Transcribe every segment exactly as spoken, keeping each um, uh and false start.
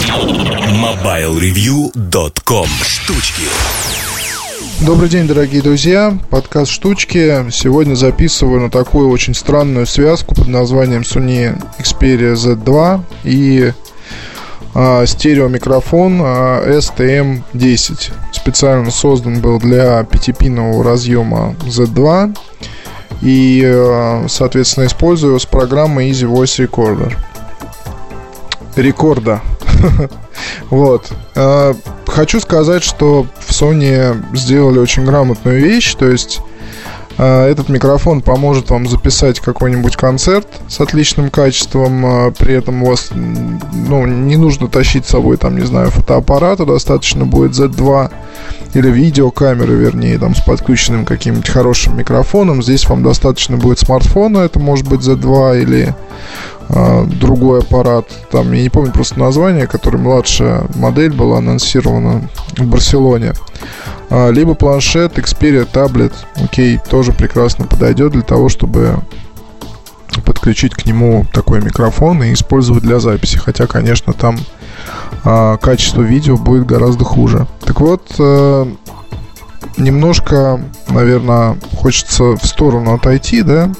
мобайл ревью точка ком. Штучки. Добрый день, дорогие друзья. Подкаст «Штучки». Сегодня записываю на такую очень странную связку под названием Sony Xperia зет два и а, стереомикрофон а, эс ти эм десять. Специально создан был для пятипинового разъема зет два и, а, соответственно, использую его с программой Easy Voice Recorder. Рекорда. Вот. Хочу сказать, что в Sony сделали очень грамотную вещь. То есть этот микрофон поможет вам записать какой-нибудь концерт с отличным качеством. При этом у вас, ну, не нужно тащить с собой, там, не знаю, фотоаппарата. Достаточно будет зет два или видеокамеры, вернее, там, с подключенным каким-нибудь хорошим микрофоном. Здесь вам достаточно будет смартфона. Это может быть зет два или а, другой аппарат. Там, я не помню просто название, который младшая модель была анонсирована в Барселоне. а, Либо планшет, Xperia таблет. Окей, тоже прекрасно подойдет для того, чтобы подключить к нему такой микрофон и использовать для записи. Хотя, конечно, там а, качество видео будет гораздо хуже. Так вот, а, немножко, наверное, хочется в сторону отойти, да,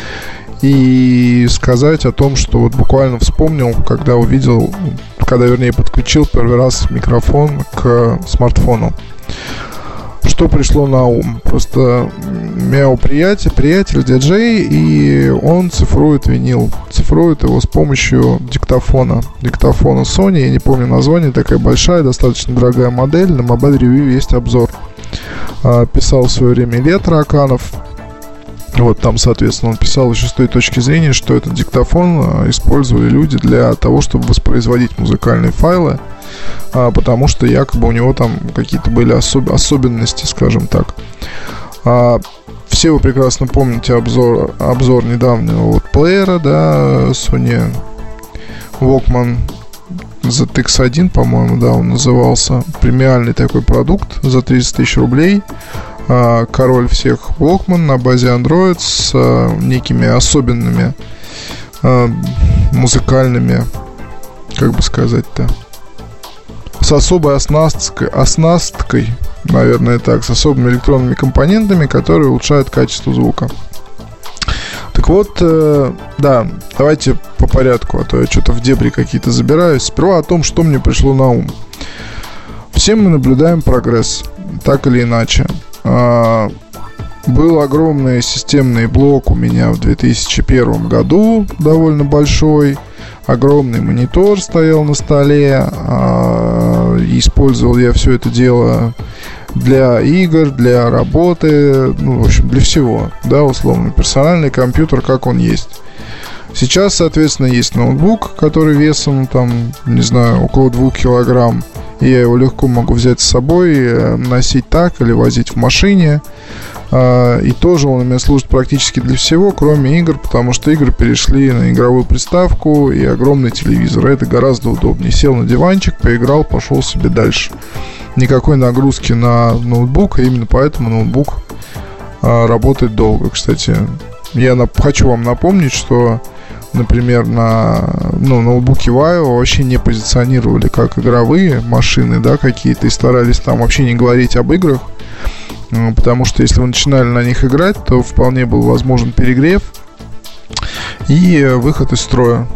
и сказать о том, что вот буквально вспомнил, когда увидел, когда, вернее, подключил первый раз микрофон к смартфону. Что пришло на ум? Просто у меня приятель, приятель диджей, и он цифрует винил. Цифрует его с помощью диктофона. Диктофона Sony, я не помню название, такая большая, достаточно дорогая модель. На Mobile Review есть обзор. Писал в свое время Илья Тараканов. Вот там, соответственно, он писал еще с той точки зрения, что этот диктофон использовали люди для того, чтобы воспроизводить музыкальные файлы, а, потому что якобы у него там какие-то были особ- особенности, скажем так. А, все вы прекрасно помните обзор, обзор недавнего вот плеера, да, Sony Walkman зет икс один, по-моему, да, он назывался. Премиальный такой продукт за тридцать тысяч рублей. Король всех Walkman на базе Android с а, некими особенными а, музыкальными, как бы сказать-то, с особой оснасткой, оснасткой, наверное, так, с особыми электронными компонентами, которые улучшают качество звука. Так вот, э, да, давайте по порядку, а то я что-то в дебри какие-то забираюсь. Сперва о том, что мне пришло на ум. Все мы наблюдаем прогресс, так или иначе. Был огромный системный блок у меня в две тысячи первом году, довольно большой. Огромный монитор стоял на столе. Использовал я все это дело для игр, для работы, ну, в общем, для всего, да, условно. Персональный компьютер, как он есть. Сейчас, соответственно, есть ноутбук, который весом, там, не знаю, около двух килограмм. И я его легко могу взять с собой, носить так или возить в машине. И тоже он у меня служит практически для всего, кроме игр, потому что игры перешли на игровую приставку и огромный телевизор. Это гораздо удобнее. Сел на диванчик, поиграл, пошел себе дальше. Никакой нагрузки на ноутбук, и именно поэтому ноутбук работает долго. Кстати, я хочу вам напомнить, что, например, на ну, ноутбуки Vaio вообще не позиционировали как игровые машины, да, какие-то, и старались там вообще не говорить об играх, потому что если вы начинали на них играть, то вполне был возможен перегрев и выход из строя.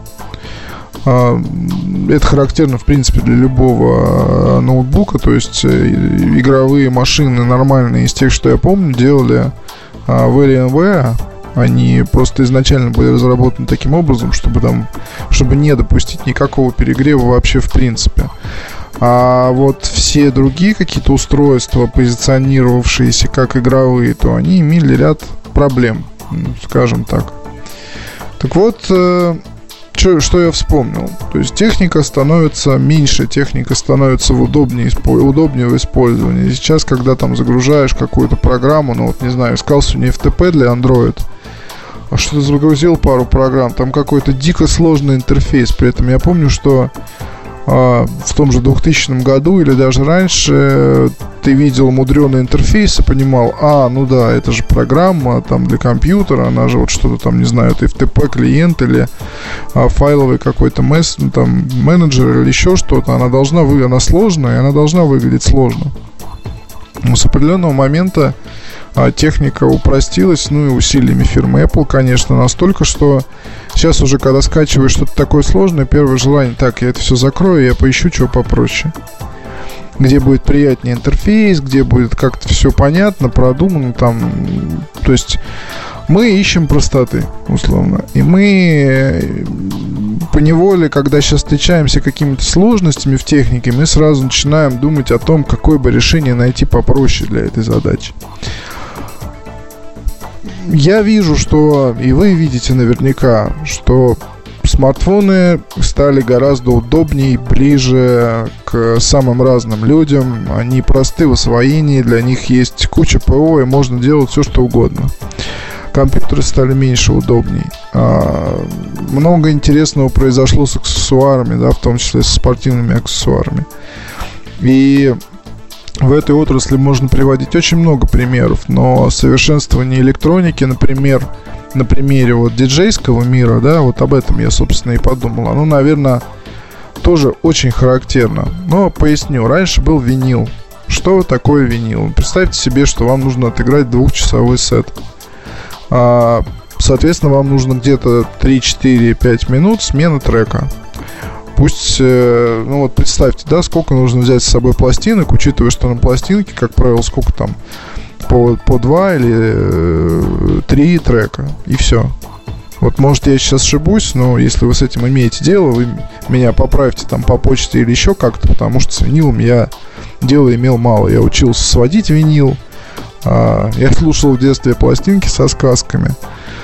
Это характерно, в принципе, для любого ноутбука, то есть игровые машины нормальные из тех, что я помню, делали в Alienware. Они просто изначально были разработаны таким образом, чтобы там, чтобы не допустить никакого перегрева вообще в принципе. А вот все другие какие-то устройства, позиционировавшиеся как игровые, то они имели ряд проблем, скажем так. Так вот, э, что, что я вспомнил. То есть техника становится меньше, техника становится удобнее, удобнее в использовании. Сейчас, когда там загружаешь какую-то программу, ну вот не знаю, искал Sony эф ти пи для Android, а что-то загрузил пару программ, там какой-то дико сложный интерфейс. При этом я помню, что а, в том же двухтысячном году или даже раньше ты видел мудреный интерфейс и понимал, а, ну да, это же программа там для компьютера, она же вот что-то там, не знаю, это эф ти пи клиент или а, файловый какой-то месс, ну, там, менеджер или еще что-то, она должна выглядеть, она сложная, и она должна выглядеть сложно. Но с определенного момента а, техника упростилась, ну и усилиями фирмы Apple, конечно, настолько, что сейчас уже, когда скачиваешь что-то такое сложное, первое желание, так, я это все закрою, я поищу чего попроще. Где будет приятнее интерфейс, где будет как-то все понятно, продумано там. То есть мы ищем простоты, условно. И мы поневоле, когда сейчас встречаемся с какими-то сложностями в технике, мы сразу начинаем думать о том, какое бы решение найти попроще для этой задачи. Я вижу, что, и вы видите наверняка, что смартфоны стали гораздо удобнее, ближе к самым разным людям. Они просты в освоении, для них есть куча ПО, и можно делать все, что угодно. Компьютеры стали меньше удобней. А, много интересного произошло с аксессуарами, да, в том числе со спортивными аксессуарами. И в этой отрасли можно приводить очень много примеров, но совершенствование электроники, например, на примере вот диджейского мира, да, вот об этом я, собственно, и подумал. Оно, наверное, тоже очень характерно. Но поясню, раньше был винил. Что такое винил? Представьте себе, что вам нужно отыграть двухчасовой сет. а, Соответственно, вам нужно где-то три, четыре, пять минут смены трека. Пусть, э, ну вот представьте, да, сколько нужно взять с собой пластинок, учитывая, что на пластинке, как правило, сколько там, по, по два или э, три трека, и все. Вот, может, я сейчас ошибусь, но если вы с этим имеете дело, вы меня поправьте там по почте или еще как-то, потому что с винилом я дела имел мало. Я учился сводить винил, э, я слушал в детстве пластинки со сказками.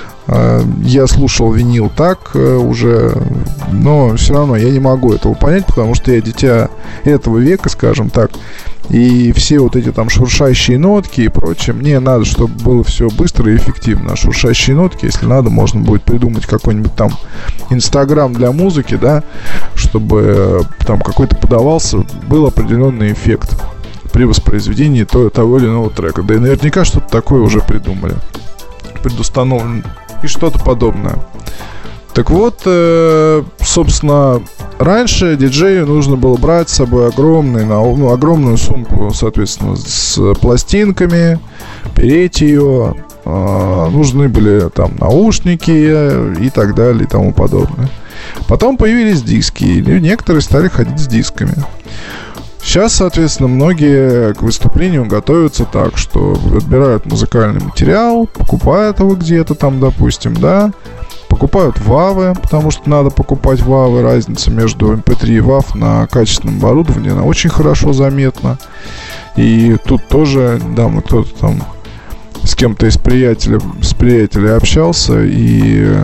Я слушал винил так уже, но все равно я не могу этого понять, потому что я дитя этого века, скажем так. И все вот эти там шуршащие нотки и прочее, мне надо, чтобы было все быстро и эффективно. А шуршащие нотки, если надо, можно будет придумать какой-нибудь там Инстаграм для музыки, да, чтобы там какой-то подавался, был определенный эффект при воспроизведении того или иного трека. Да и наверняка что-то такое уже придумали, предустановлено и что-то подобное. Так вот, э, собственно, раньше диджею нужно было брать с собой огромный, ну, огромную сумку, соответственно, с пластинками, переть ее, э, нужны были там наушники и так далее и тому подобное. Потом появились диски, и некоторые стали ходить с дисками. Сейчас, соответственно, многие к выступлению готовятся так, что отбирают музыкальный материал, покупают его где-то там, допустим, да, покупают вавы, потому что надо покупать вавы. Разница между эм пэ три и вав на качественном оборудовании, она очень хорошо заметна. И тут тоже, да, мы кто-то там с кем-то из приятелей, с приятелей общался, и...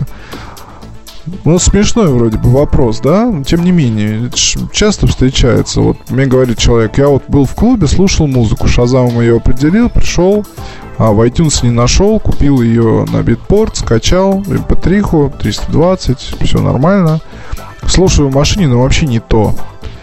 Ну, смешной вроде бы вопрос, да? Но, тем не менее, это часто встречается. Вот мне говорит человек, я вот был в клубе, слушал музыку, Шазамом ее определил, пришел, а в iTunes не нашел, купил ее на битпорт, скачал, эм пэ три-ху, триста двадцать, все нормально. Слушаю в машине, но вообще не то.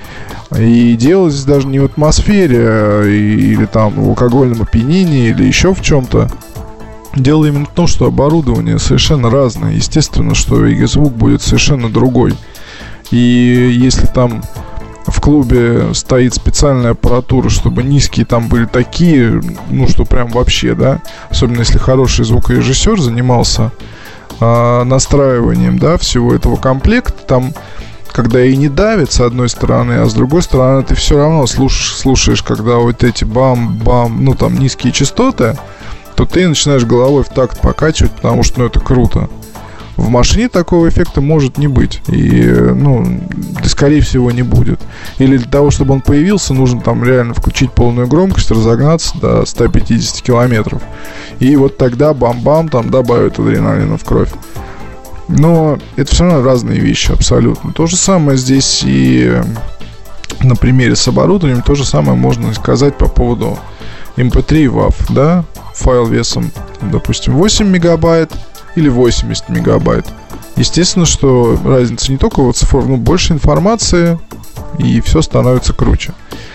И дело здесь даже не в атмосфере, или там в алкогольном опьянении, или еще в чем-то. Дело именно в том, что оборудование совершенно разное. Естественно, что и звук будет совершенно другой. И если там в клубе стоит специальная аппаратура, чтобы низкие там были такие, ну что прям вообще, да, особенно если хороший звукорежиссер занимался э, настраиванием, да, всего этого комплекта, там, когда и не давит с одной стороны, а с другой стороны ты все равно слушаешь, слушаешь, когда вот эти бам-бам, ну там низкие частоты, то ты начинаешь головой в такт покачивать, потому что, ну, это круто. В машине такого эффекта может не быть. И, ну, да, скорее всего, не будет. Или для того, чтобы он появился, нужно там реально включить полную громкость, разогнаться до ста пятидесяти километров. И вот тогда бам-бам, там добавят адреналина в кровь. Но это все равно разные вещи, абсолютно. То же самое здесь и на примере с оборудованием. То же самое можно сказать по поводу эм пэ три и вав, да? Файл весом, допустим, восемь мегабайт или восемьдесят мегабайт. Естественно, что разница не только в цифровом, но больше информации, и все становится круче.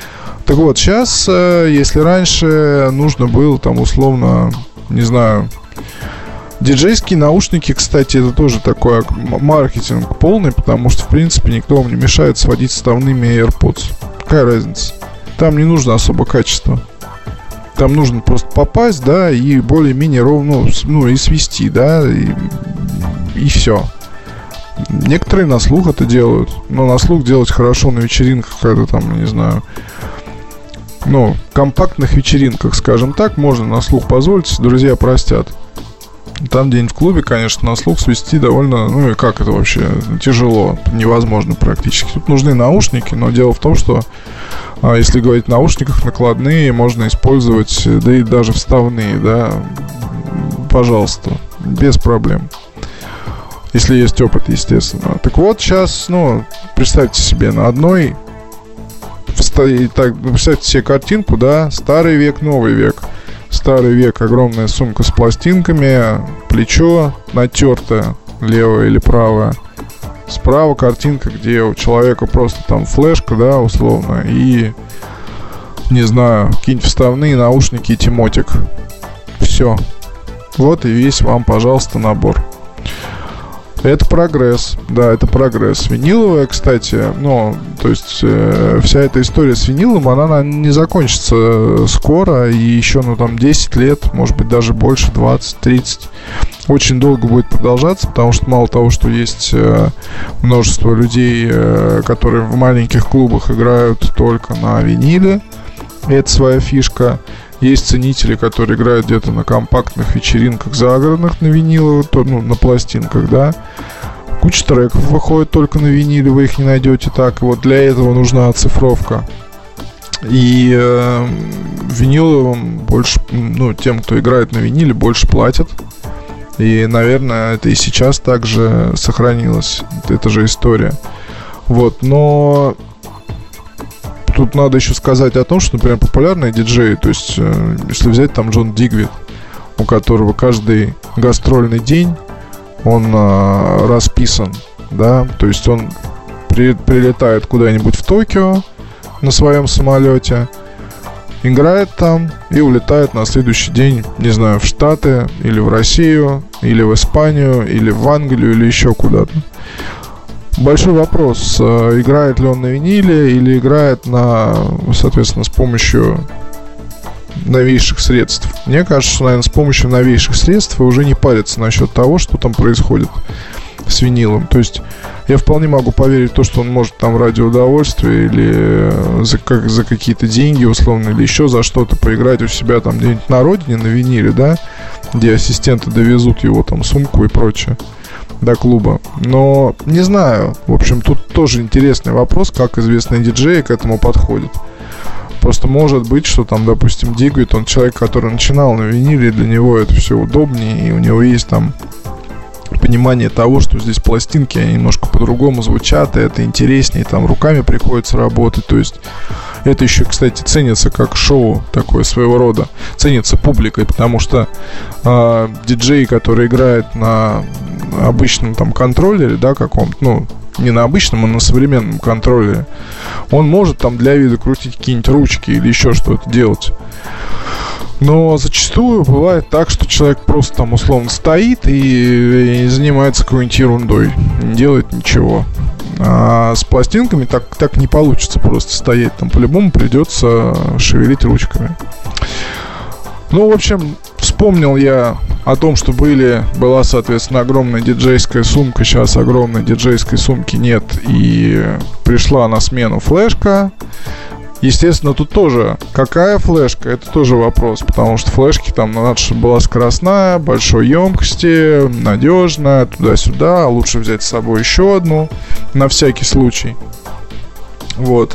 Так вот, сейчас, если раньше нужно было там условно, не знаю, диджейские наушники, кстати, это тоже такой маркетинг полный, потому что, в принципе, никто вам не мешает сводить вставными AirPods. Какая разница? Там не нужно особо качество. Там нужно просто попасть, да, и более-менее ровно, ну, ну и свести, да, и, и все. Некоторые на слух это делают, но на слух делать хорошо на вечеринках, когда там, не знаю, ну, компактных вечеринках, скажем так, можно на слух позволить, если друзья простят. Там где-нибудь в клубе, конечно, на слух свести довольно, ну и как это вообще, тяжело, невозможно практически. Тут нужны наушники, но дело в том, что а, если говорить о наушниках, накладные можно использовать, да и даже вставные, да, пожалуйста, без проблем. Если есть опыт, естественно. Так вот, сейчас, ну, представьте себе, на одной, так, представьте себе картинку, да, старый век, новый век. Старый век, огромная сумка с пластинками, плечо натертое, левое или правое. Справа картинка, где у человека просто там флешка, да, условно, и, не знаю, какие-нибудь вставные наушники и темотик. Все. Вот и весь вам, пожалуйста, набор. Это прогресс, да, это прогресс. Виниловая, кстати, ну, то есть э, вся эта история с винилом, она, она не закончится скоро, и еще, ну, там, десять лет, может быть, даже больше, двадцать тридцать, очень долго будет продолжаться, потому что мало того, что есть э, множество людей, э, которые в маленьких клубах играют только на виниле, это своя фишка. Есть ценители, которые играют где-то на компактных вечеринках загородных на виниловых, ну, на пластинках, да. Куча треков выходит только на виниле, вы их не найдете так. И вот для этого нужна оцифровка. И э, виниловым больше, ну, тем, кто играет на виниле, больше платят. И, наверное, это и сейчас также сохранилось. Это же история. Вот, но тут надо еще сказать о том, что, например, популярные диджеи, то есть, э, если взять там Джон Дигвид, у которого каждый гастрольный день он э, расписан, да, то есть он при, прилетает куда-нибудь в Токио на своем самолете, играет там и улетает на следующий день, не знаю, в Штаты, или в Россию, или в Испанию, или в Англию, или еще куда-то. Большой вопрос, играет ли он на виниле или играет на, соответственно, с помощью новейших средств. Мне кажется, что, наверное, с помощью новейших средств уже не парится насчет того, что там происходит с винилом. То есть я вполне могу поверить в то, что он может там ради удовольствия или за, как, за какие-то деньги, условно, или еще за что-то поиграть у себя там где-нибудь на родине, на виниле, да, где ассистенты довезут его там сумку и прочее до клуба. Но не знаю. В общем, тут тоже интересный вопрос, как известные диджеи к этому подходят. Просто может быть, что там, допустим, Дигвид, он человек, который начинал на виниле, для него это все удобнее, и у него есть там понимание того, что здесь пластинки, они немножко по-другому звучат, и это интереснее, там руками приходится работать. То есть это еще, кстати, ценится как шоу такое своего рода, ценится публикой, потому что э, диджей, который играет на обычном там контроллере, да, каком-то, ну, не на обычном, а на современном контроллере, он может там для вида крутить какие-нибудь ручки или еще что-то делать. Но зачастую бывает так, что человек просто там условно стоит и, и занимается какой-нибудь ерундой, не делает ничего. А с пластинками так, так не получится просто стоять. Там по-любому придется шевелить ручками. Ну, в общем, вспомнил я о том, что были, была, соответственно, огромная диджейская сумка. Сейчас огромной диджейской сумки нет. И пришла на смену флешка. Естественно, тут тоже какая флешка, это тоже вопрос, потому что флешки там надо, чтобы была скоростная, большой емкости, надежная, туда-сюда, а лучше взять с собой еще одну, на всякий случай. Вот.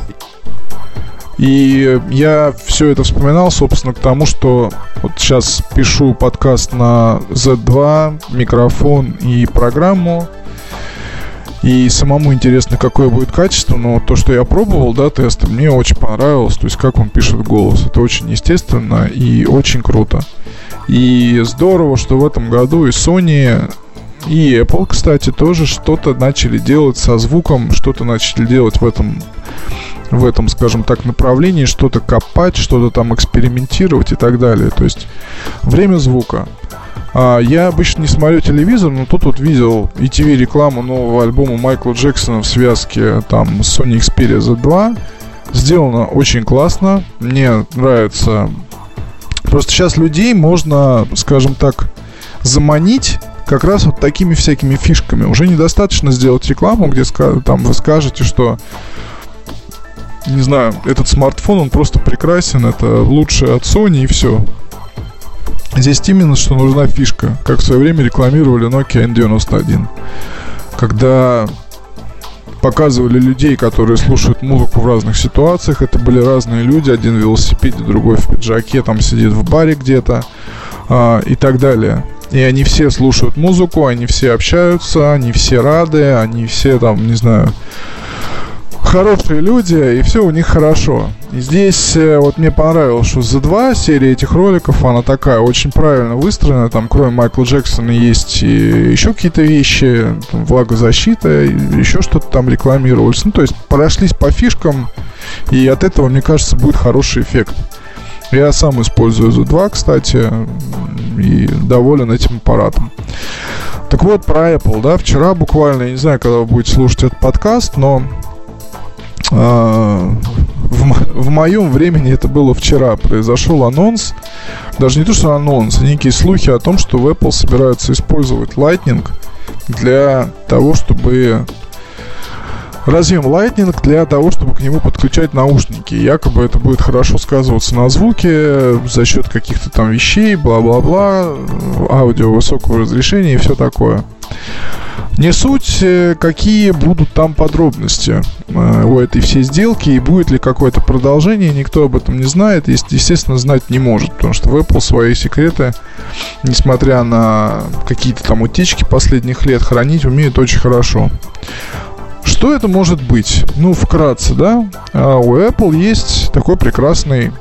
И я все это вспоминал, собственно, к тому, что вот сейчас пишу подкаст на зет два, микрофон и программу. И самому интересно, какое будет качество. Но то, что я пробовал, да, тест, мне очень понравилось. То есть, как он пишет голос. Это очень естественно и очень круто. И здорово, что в этом году и Sony, и Apple, кстати, тоже что-то начали делать со звуком. Что-то начали делать в этом в этом, скажем так, направлении что-то копать, что-то там экспериментировать и так далее. То есть время звука. А, я обычно не смотрю телевизор, но тут вот видел и ти ви-рекламу нового альбома Майкла Джексона в связке там с Sony Xperia зет два. Сделано очень классно. Мне нравится. Просто сейчас людей можно, скажем так, заманить как раз вот такими всякими фишками. Уже недостаточно сделать рекламу, где там вы скажете, что, не знаю, этот смартфон, он просто прекрасен, это лучший от Sony и все. Здесь именно, что нужна фишка. Как в свое время рекламировали Nokia эн девяносто один. Когда показывали людей, которые слушают музыку в разных ситуациях. Это были разные люди. Один в велосипеде, другой в пиджаке, там сидит в баре где-то, а, и так далее. И они все слушают музыку, они все общаются, они все рады, они все там, не знаю, хорошие люди, и все у них хорошо. И здесь вот мне понравилось, что зет два, серия этих роликов, она такая очень правильно выстроена. Там кроме Майкла Джексона есть и еще какие-то вещи, там, влагозащита, еще что-то там рекламировалось. Ну, то есть прошлись по фишкам, и от этого, мне кажется, будет хороший эффект. Я сам использую зет два, кстати, и доволен этим аппаратом. Так вот, про Apple, да, вчера буквально, я не знаю, когда вы будете слушать этот подкаст, но в, в моем времени это было вчера. Произошел анонс. Даже не то, что анонс, а некие слухи о том, что в Apple собираются использовать Lightning для того, чтобы разъем Lightning для того, чтобы к нему подключать наушники. Якобы это будет хорошо сказываться на звуке за счет каких-то там вещей, бла-бла-бла, аудио высокого разрешения и все такое. Не суть, какие будут там подробности у этой всей сделки и будет ли какое-то продолжение, никто об этом не знает, и, естественно, знать не может, потому что в Apple свои секреты, несмотря на какие-то там утечки последних лет, хранить умеют очень хорошо. Что это может быть? Ну, вкратце, да, у Apple есть такой прекрасный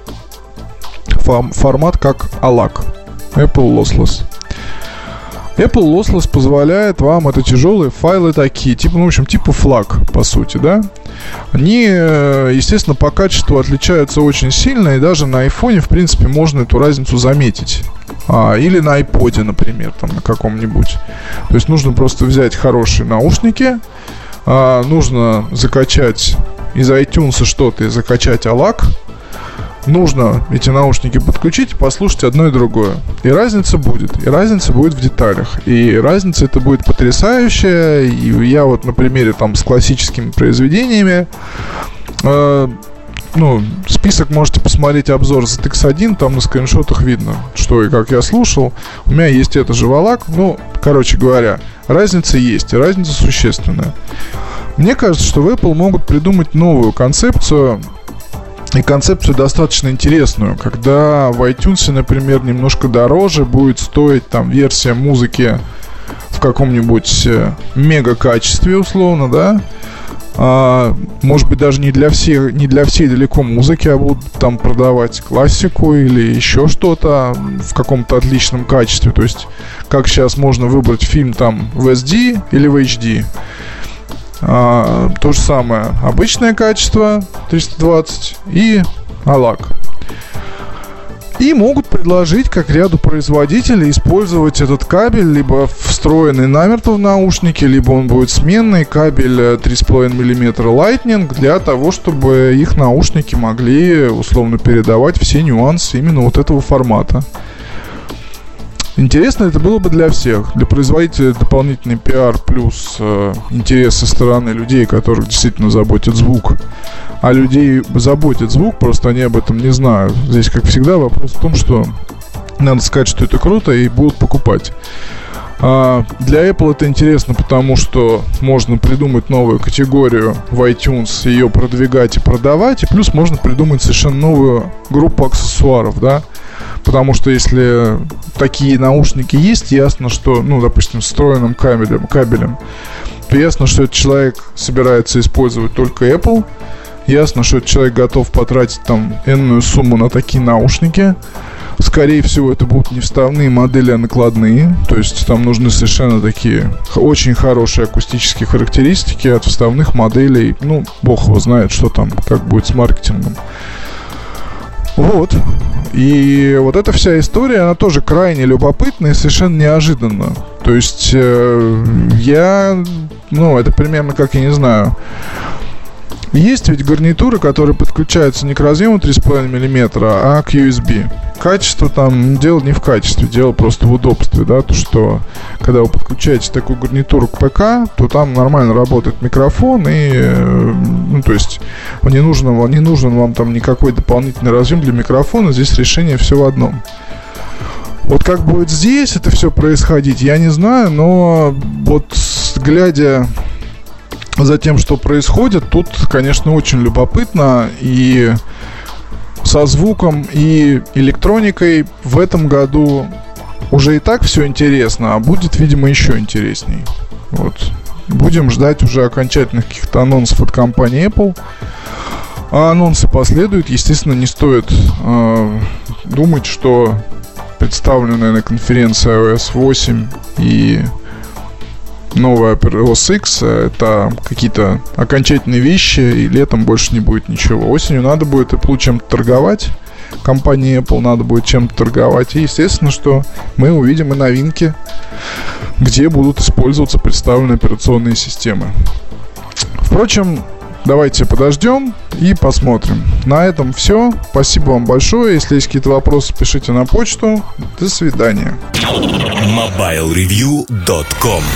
фо- формат, как эй эл эй си, Apple Lossless. Apple Lossless позволяет вам, это тяжелые файлы такие, типа, ну, в общем, типа флаг, по сути, да. Они, естественно, по качеству отличаются очень сильно, и даже на айфоне, в принципе, можно эту разницу заметить. А, или на айподе, например, там, на каком-нибудь. То есть нужно просто взять хорошие наушники, а, нужно закачать из iTunes что-то и закачать эй эл эй си. Нужно эти наушники подключить и послушать одно и другое. И разница будет. И разница будет в деталях. И разница это будет потрясающая. И я вот на примере там с классическими произведениями, э, ну, список можете посмотреть, обзор зет икс один. Там на скриншотах видно, что и как я слушал. У меня есть это же в эй эл эй си. Ну, короче говоря, разница есть. И разница существенная. Мне кажется, что в Apple могут придумать новую концепцию. И концепцию достаточно интересную, когда в iTunes, например, немножко дороже будет стоить там версия музыки в каком-нибудь мега качестве, условно, да. А, может быть, даже не для всех, не для всей далеко музыки, а будут там продавать классику или еще что-то в каком-то отличном качестве. То есть, как сейчас можно выбрать фильм там в эс ди или в эйч ди. А, то же самое обычное качество триста двадцать и эй эл эй си. И могут предложить, как ряду производителей, использовать этот кабель либо встроенный намертво в наушники, либо он будет сменный кабель три и пять миллиметра Lightning для того, чтобы их наушники могли условно передавать все нюансы именно вот этого формата. Интересно это было бы для всех. Для производителя дополнительный пиар плюс э, интерес со стороны людей, которых действительно заботит звук. А людей заботит звук, просто они об этом не знают. Здесь, как всегда, вопрос в том, что надо сказать, что это круто, и будут покупать. А для Apple это интересно, потому что можно придумать новую категорию в iTunes, ее продвигать и продавать, и плюс можно придумать совершенно новую группу аксессуаров, да. Потому что если такие наушники есть, ясно, что, ну, допустим, с встроенным кабелем, кабелем, то ясно, что этот человек собирается использовать только Apple. Ясно, что этот человек готов потратить там энную сумму на такие наушники. Скорее всего, это будут не вставные модели, а накладные. То есть там нужны совершенно такие очень хорошие акустические характеристики от вставных моделей. Ну, бог его знает, что там, как будет с маркетингом. Вот. И вот эта вся история, она тоже крайне любопытна и совершенно неожиданна. То есть э, я... Ну, это примерно как, я не знаю... Есть ведь гарнитуры, которые подключаются не к разъему три и пять миллиметра, а к ю эс би. Качество там, дело не в качестве, дело просто в удобстве, да, то что, когда вы подключаете такую гарнитуру к ПК, то там нормально работает микрофон, и, ну, то есть, не нужен, не нужен вам там никакой дополнительный разъем для микрофона, здесь решение все в одном. Вот как будет здесь это все происходить, я не знаю, но вот глядя за тем, что происходит, тут, конечно, очень любопытно. И со звуком, и электроникой в этом году уже и так все интересно, а будет, видимо, еще интересней. Вот. Будем ждать уже окончательных каких-то анонсов от компании Apple. А анонсы последуют. Естественно, не стоит э, думать, что представленная на конференции ай о эс восемь и новая эй эс икс — это какие-то окончательные вещи, и летом больше не будет ничего. Осенью надо будет Apple чем-то торговать, компании Apple надо будет чем-то торговать, и естественно, что мы увидим и новинки, где будут использоваться представленные операционные системы. Впрочем, давайте подождем и посмотрим. На этом все. Спасибо вам большое. Если есть какие-то вопросы, пишите на почту. До свидания. мобайл ревью точка ком